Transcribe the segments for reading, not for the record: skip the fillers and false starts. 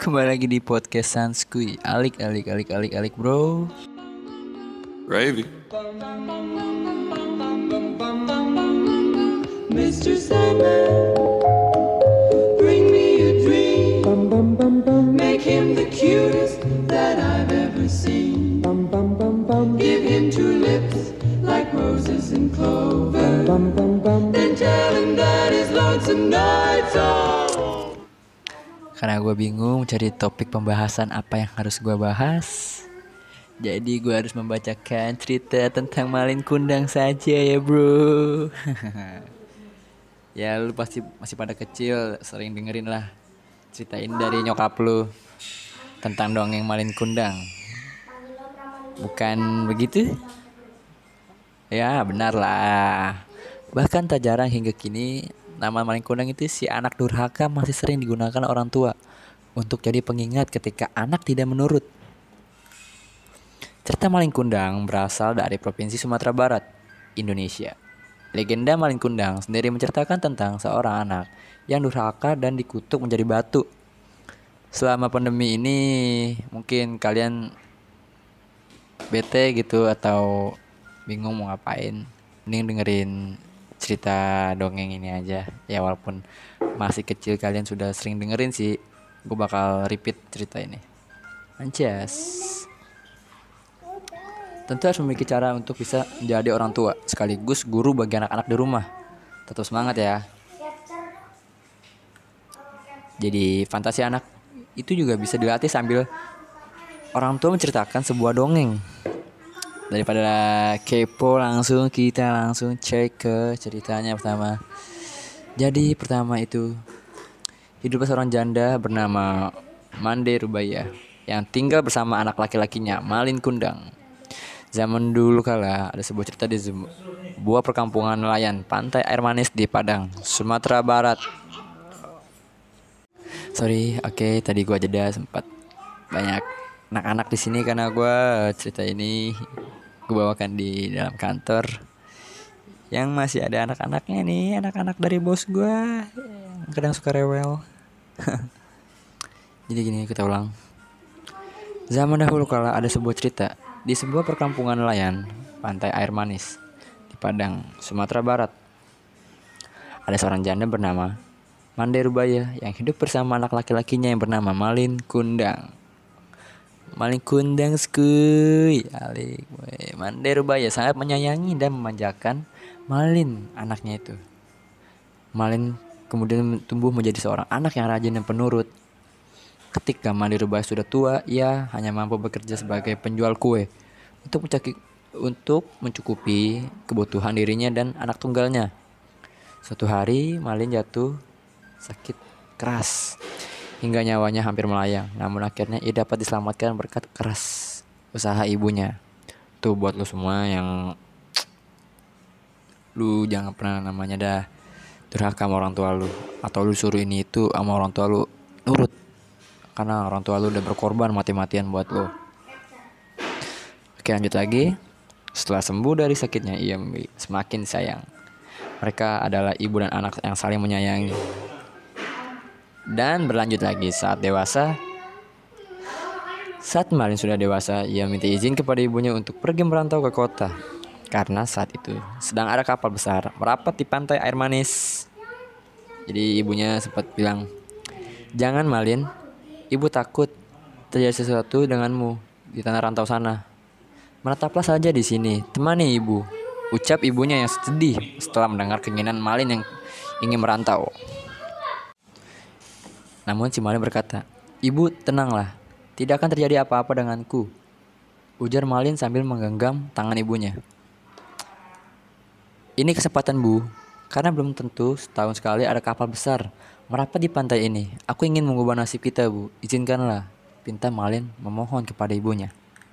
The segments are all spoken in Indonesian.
Kembali lagi di podcast Sanskuy. Alik bro. Gravy. Mr. Sandman, bring me a dream. Make him the cutest that I've ever seen. Give him two lips like roses and clover. Then tell him that his lonesome nights are. Karena gue bingung cari topik pembahasan apa yang harus gue bahas, jadi gue harus membacakan cerita tentang Malin Kundang saja ya bro. Ya lu pasti masih pada kecil sering dengerin lah ceritain dari nyokap lu tentang dongeng Malin Kundang. Bukan begitu? Ya benar lah. Bahkan tak jarang hingga kini nama Malin Kundang itu si anak durhaka masih sering digunakan orang tua untuk jadi pengingat ketika anak tidak menurut. Cerita Malin Kundang berasal dari Provinsi Sumatera Barat, Indonesia. Legenda Malin Kundang sendiri menceritakan tentang seorang anak yang durhaka dan dikutuk menjadi batu. Selama pandemi ini mungkin kalian bete gitu atau bingung mau ngapain, mending dengerin cerita dongeng ini aja. Ya walaupun masih kecil kalian sudah sering dengerin sih, gue bakal repeat cerita ini. Anjas. Tentu harus memiliki cara untuk bisa menjadi orang tua sekaligus guru bagi anak-anak di rumah. Tetap semangat ya. Jadi fantasi anak itu juga bisa dilatih sambil orang tua menceritakan sebuah dongeng. Daripada kepo, kita langsung cek ke ceritanya pertama. Jadi pertama itu, hiduplah seorang janda bernama Mande Rubaya yang tinggal bersama anak laki-lakinya Malin Kundang. Zaman dulu kala ada sebuah cerita di sebuah perkampungan nelayan pantai air manis di Padang, Sumatera Barat. Tadi gua jeda sempat banyak anak-anak di sini karena gua cerita ini gue bawakan di dalam kantor yang masih ada anak-anaknya nih, anak-anak dari bos gue yang kadang suka rewel. Jadi gini, kita ulang. Zaman dahulu kala ada sebuah cerita di sebuah perkampungan nelayan pantai air manis di Padang, Sumatera Barat. Ada seorang janda bernama Mande Rubaya yang hidup bersama anak laki-lakinya yang bernama Malin Kundang. Malin Kundang skuy alik. Mande Rubaya sangat menyayangi dan memanjakan Malin, anaknya itu. Malin kemudian tumbuh menjadi seorang anak yang rajin dan penurut. Ketika Mande Rubaya sudah tua, ia hanya mampu bekerja sebagai penjual kue untuk mencukupi kebutuhan dirinya dan anak tunggalnya. Suatu hari Malin jatuh sakit keras hingga nyawanya hampir melayang. Namun akhirnya ia dapat diselamatkan berkat keras usaha ibunya. Tuh buat lu semua yang lu jangan pernah namanya dah durhaka sama orang tua lu, atau lu suruh ini itu sama orang tua lu, nurut. Karena orang tua lu udah berkorban mati-matian buat lu. Oke, lanjut lagi. Setelah sembuh dari sakitnya, ia semakin sayang. Mereka adalah ibu dan anak yang saling menyayangi. Dan berlanjut lagi saat Malin sudah dewasa, ia minta izin kepada ibunya untuk pergi merantau ke kota. Karena saat itu sedang ada kapal besar merapat di pantai air manis. Jadi ibunya sempat bilang, "Jangan Malin, ibu takut terjadi sesuatu denganmu di tanah rantau sana. Menetaplah saja di sini, temani ibu," ucap ibunya yang sedih setelah mendengar keinginan Malin yang ingin merantau. Namun si Malin berkata, "Ibu, tenanglah, tidak akan terjadi apa-apa denganku," ujar Malin sambil menggenggam tangan ibunya. "Ini kesempatan Bu, karena belum tentu setahun sekali ada kapal besar merapat di pantai ini. Aku ingin mengubah nasib kita Bu, izinkanlah," pinta Malin memohon kepada ibunya.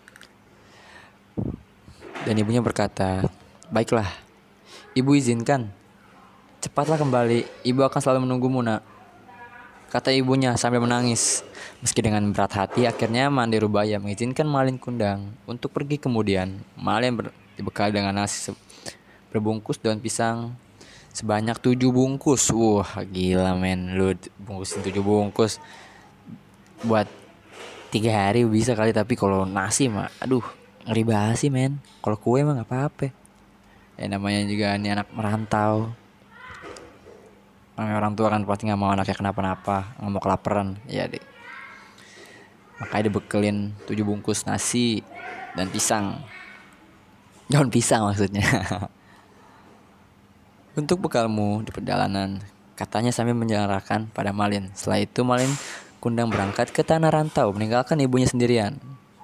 Dan ibunya berkata, "Baiklah, ibu izinkan. Cepatlah kembali, ibu akan selalu menunggumu nak," kata ibunya sambil menangis. Meski dengan berat hati, akhirnya Mande Rubaya mengizinkan Malin Kundang untuk pergi. Kemudian Malin dibekali dengan nasi berbungkus daun pisang sebanyak 7 bungkus. Wah gila men, lu bungkusin 7 bungkus. buat 3 hari bisa kali, tapi kalau nasi mah aduh ngeri basi men. Kalau kue mah nggak apa-apa. Ya namanya juga ini anak merantau. Namanya orang tua kan pasti nggak mau anaknya kenapa-napa, nggak mau kelaparan. Ya deh. Makanya dibekelin 7 bungkus nasi dan pisang. Daun pisang maksudnya. Untuk bekalmu di perjalanan, katanya sambil menyerahkan pada Malin. Setelah itu Malin kundang berangkat ke tanah rantau, meninggalkan ibunya sendirian.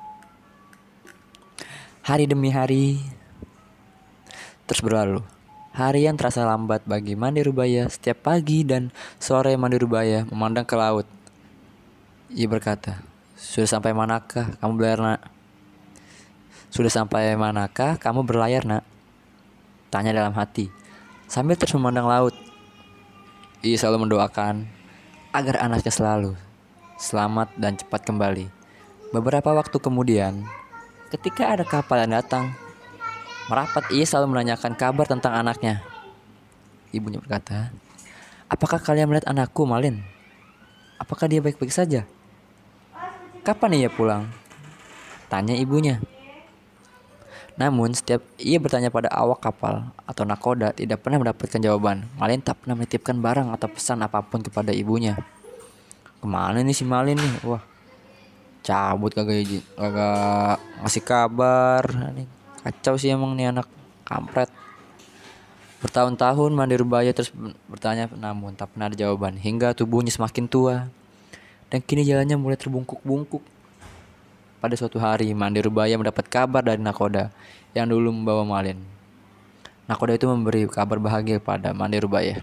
Hari demi hari terus berlalu. Harian terasa lambat bagi Mandi Rubaya. Setiap pagi dan sore Mandi Rubaya memandang ke laut. Ia berkata, "Sudah sampai manakah kamu berlayar, nak? Sudah sampai manakah kamu berlayar, nak?" Tanya dalam hati, sambil terus memandang laut. Ia selalu mendoakan agar anaknya selalu selamat dan cepat kembali. Beberapa waktu kemudian, ketika ada kapal yang datang merapat, ia selalu menanyakan kabar tentang anaknya. Ibunya berkata, "Apakah kalian melihat anakku, Malin? Apakah dia baik-baik saja? Kapan ia pulang?" Tanya ibunya. Namun setiap ia bertanya pada awak kapal atau nakoda, tidak pernah mendapatkan jawaban. Malin tak pernah menitipkan barang atau pesan apapun kepada ibunya. Kemana nih si Malin nih? Wah, cabut kagak ngasih kabar. Kacau sih emang nih anak kampret. Bertahun-tahun Mandi Rubaya terus bertanya, namun tak pernah ada jawaban. Hingga tubuhnya semakin tua dan kini jalannya mulai terbungkuk-bungkuk. Pada suatu hari Mandi Rubaya mendapat kabar dari nakoda yang dulu membawa Malin. Nakoda itu memberi kabar bahagia pada Mandi Rubaya.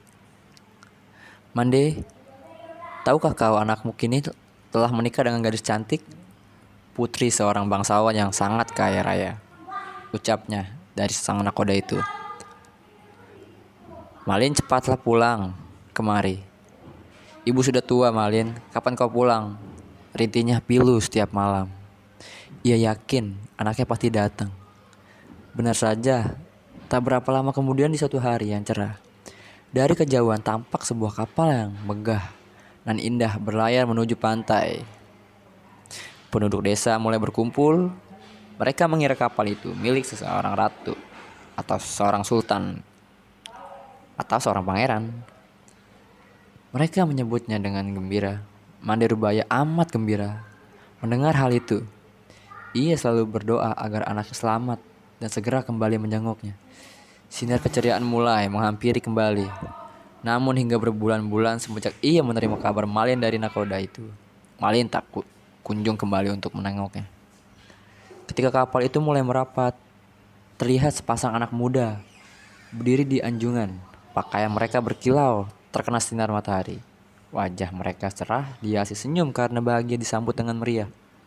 "Mande, tahukah kau anakmu kini telah menikah dengan gadis cantik, putri seorang bangsawan yang sangat kaya raya," ucapnya dari sang nakoda itu. "Malin, cepatlah pulang kemari. Ibu sudah tua, Malin. Kapan kau pulang?" Rintinya pilu setiap malam. Ia yakin anaknya pasti datang. Benar saja, tak berapa lama kemudian di suatu hari yang cerah, dari kejauhan tampak sebuah kapal yang megah dan indah berlayar menuju pantai. Penduduk desa mulai berkumpul. Mereka mengira kapal itu milik seseorang ratu atau seorang sultan atau seorang pangeran. Mereka menyebutnya dengan gembira. Mandi Rubaya amat gembira mendengar hal itu. Ia selalu berdoa agar anaknya selamat dan segera kembali menjenguknya. Sinar keceriaan mulai menghampiri kembali. Namun hingga berbulan-bulan semenjak ia menerima kabar Malin dari nakoda itu, Malin tak kunjung kembali untuk menengoknya. Ketika kapal itu mulai merapat, terlihat sepasang anak muda berdiri di anjungan. Pakaian mereka berkilau terkena sinar matahari. Wajah mereka cerah, dihiasi senyum karena bahagia disambut dengan meriah.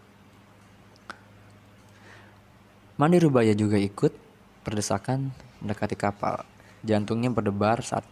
Mandi Rubaya juga ikut berdesakan mendekati kapal. Jantungnya berdebar sangat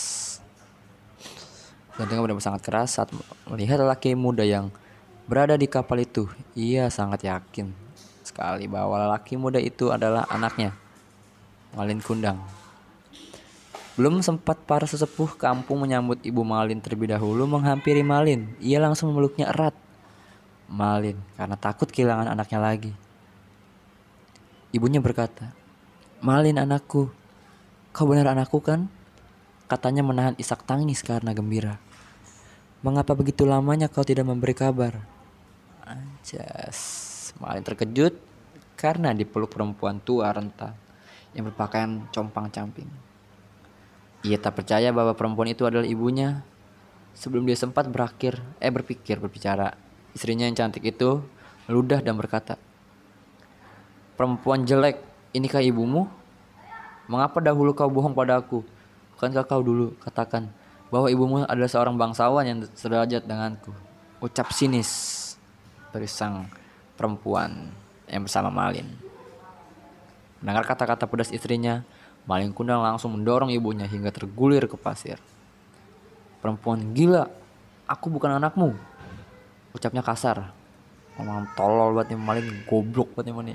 keras saat melihat lelaki muda yang berada di kapal itu. Ia sangat yakin sekali bahwa lelaki muda itu adalah anaknya, Malin Kundang. Belum sempat para sesepuh kampung menyambut ibu Malin terlebih dahulu menghampiri Malin. Ia langsung memeluknya erat. Malin karena takut kehilangan anaknya lagi. Ibunya berkata, "Malin anakku, kau benar anakku kan?" Katanya menahan isak tangis karena gembira. "Mengapa begitu lamanya kau tidak memberi kabar?" Anjas. Malin terkejut karena dipeluk perempuan tua renta yang berpakaian compang-camping. Ia tak percaya bahwa perempuan itu adalah ibunya. Sebelum dia sempat berpikir berbicara, istrinya yang cantik itu meludah dan berkata, "Perempuan jelek, inikah ibumu? Mengapa dahulu kau bohong padaku? Bukankah kau dulu katakan bahwa ibumu adalah seorang bangsawan yang sederajat denganku?" Ucap sinis dari sang perempuan yang bersama Malin. Mendengar kata-kata pedas istrinya, Malin Kundang langsung mendorong ibunya hingga tergulir ke pasir. "Perempuan gila, aku bukan anakmu," ucapnya kasar. Ngomong tolol banget nih Malin, goblok banget nih.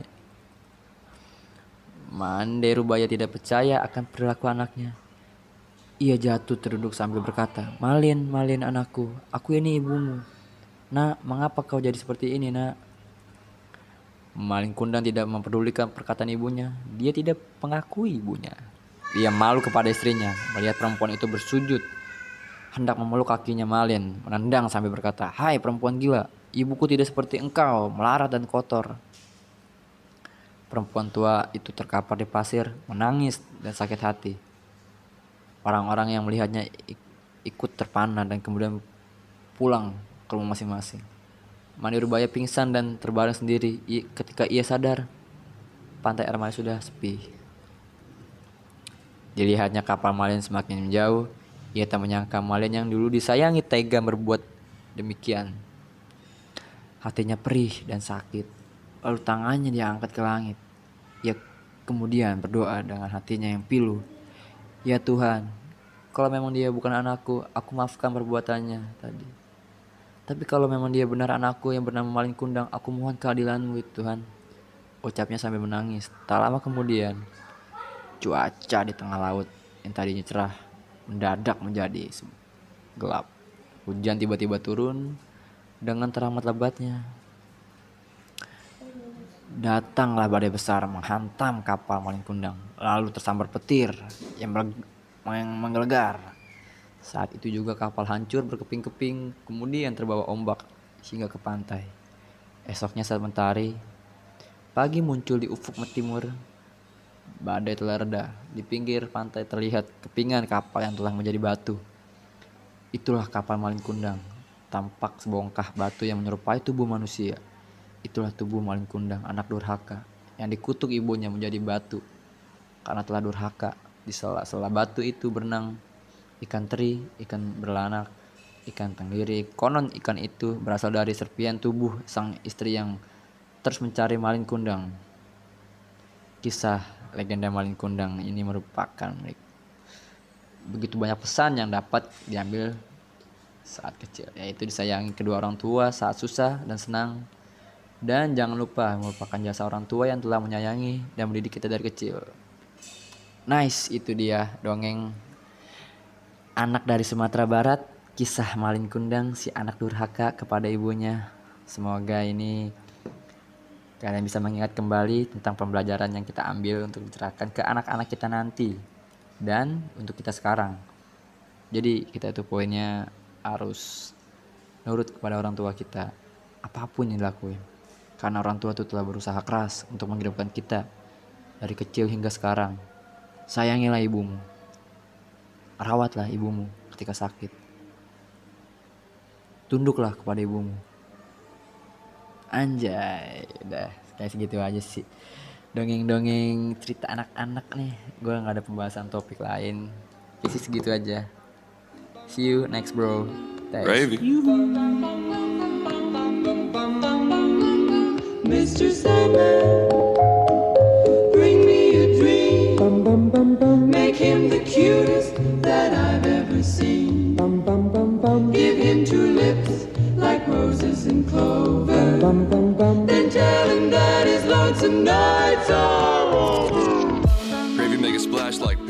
Mandi Rubaya tidak percaya akan perilaku anaknya. Ia jatuh terduduk sambil berkata, Malin anakku, aku ini ibumu. "Nak, mengapa kau jadi seperti ini, nak?" Malin Kundang tidak memperdulikan perkataan ibunya. Dia tidak mengakui ibunya. Ia malu kepada istrinya melihat perempuan itu bersujud hendak memeluk kakinya. Malin menendang sambil berkata, "Hai perempuan gila, ibuku tidak seperti engkau, melarat dan kotor." Perempuan tua itu terkapar di pasir, menangis dan sakit hati. Orang-orang yang melihatnya ikut terpana dan kemudian pulang ke rumah masing-masing. Manirbaya pingsan dan terbaring sendiri. Ketika ia sadar, pantai air Malin sudah sepi. Dilihatnya kapal Malin semakin menjauh. Ia tak menyangka Malin yang dulu disayangi tega berbuat demikian. Hatinya perih dan sakit. Lalu tangannya diangkat ke langit. Ia kemudian berdoa dengan hatinya yang pilu. "Ya Tuhan, kalau memang dia bukan anakku, aku maafkan perbuatannya tadi. Tapi kalau memang dia benar anakku yang bernama Malin Kundang, aku mohon keadilan-Mu, Tuhan." Ucapnya sambil menangis. Tak lama kemudian, cuaca di tengah laut yang tadinya cerah mendadak menjadi gelap. Hujan tiba-tiba turun dengan teramat lebatnya. Datanglah badai besar menghantam kapal Malin Kundang, lalu tersambar petir yang menggelegar. Saat itu juga kapal hancur berkeping-keping, kemudian terbawa ombak hingga ke pantai. Esoknya saat mentari pagi muncul di ufuk timur, badai telah reda. Di pinggir pantai terlihat kepingan kapal yang telah menjadi batu. Itulah kapal Malin Kundang. Tampak sebongkah batu yang menyerupai tubuh manusia. Itulah tubuh Malin Kundang, anak durhaka yang dikutuk ibunya menjadi batu karena telah durhaka. Di sela-sela batu itu berenang ikan teri, ikan beranak, ikan tenggiri. Konon ikan itu berasal dari serpian tubuh sang istri yang terus mencari Malin Kundang. Kisah legenda Malin Kundang ini merupakan begitu banyak pesan yang dapat diambil saat kecil, yaitu disayangi kedua orang tua saat susah dan senang. Dan jangan lupa merupakan jasa orang tua yang telah menyayangi dan mendidik kita dari kecil. Nice, itu dia dongeng anak dari Sumatera Barat, kisah Malin Kundang, si anak durhaka kepada ibunya. Semoga ini kalian bisa mengingat kembali tentang pembelajaran yang kita ambil untuk dicerahkan ke anak-anak kita nanti dan untuk kita sekarang. Jadi kita itu poinnya harus nurut kepada orang tua kita apapun yang dilakuin, karena orang tua itu telah berusaha keras untuk menghidupkan kita dari kecil hingga sekarang. Sayangilah ibumu, rawatlah ibumu ketika sakit, tunduklah kepada ibumu. Anjay, udah kayak segitu aja sih dongeng-dongeng cerita anak-anak nih. Gue gak ada pembahasan topik lain, isi segitu aja. See you next bro. Thanks. Gravy. Mr. Sandman, bring me a dream. Make him the cutest that I've ever seen. Give him two lips like roses and clover. Then tell him that his lonesome nights are over. Gravy make a splash like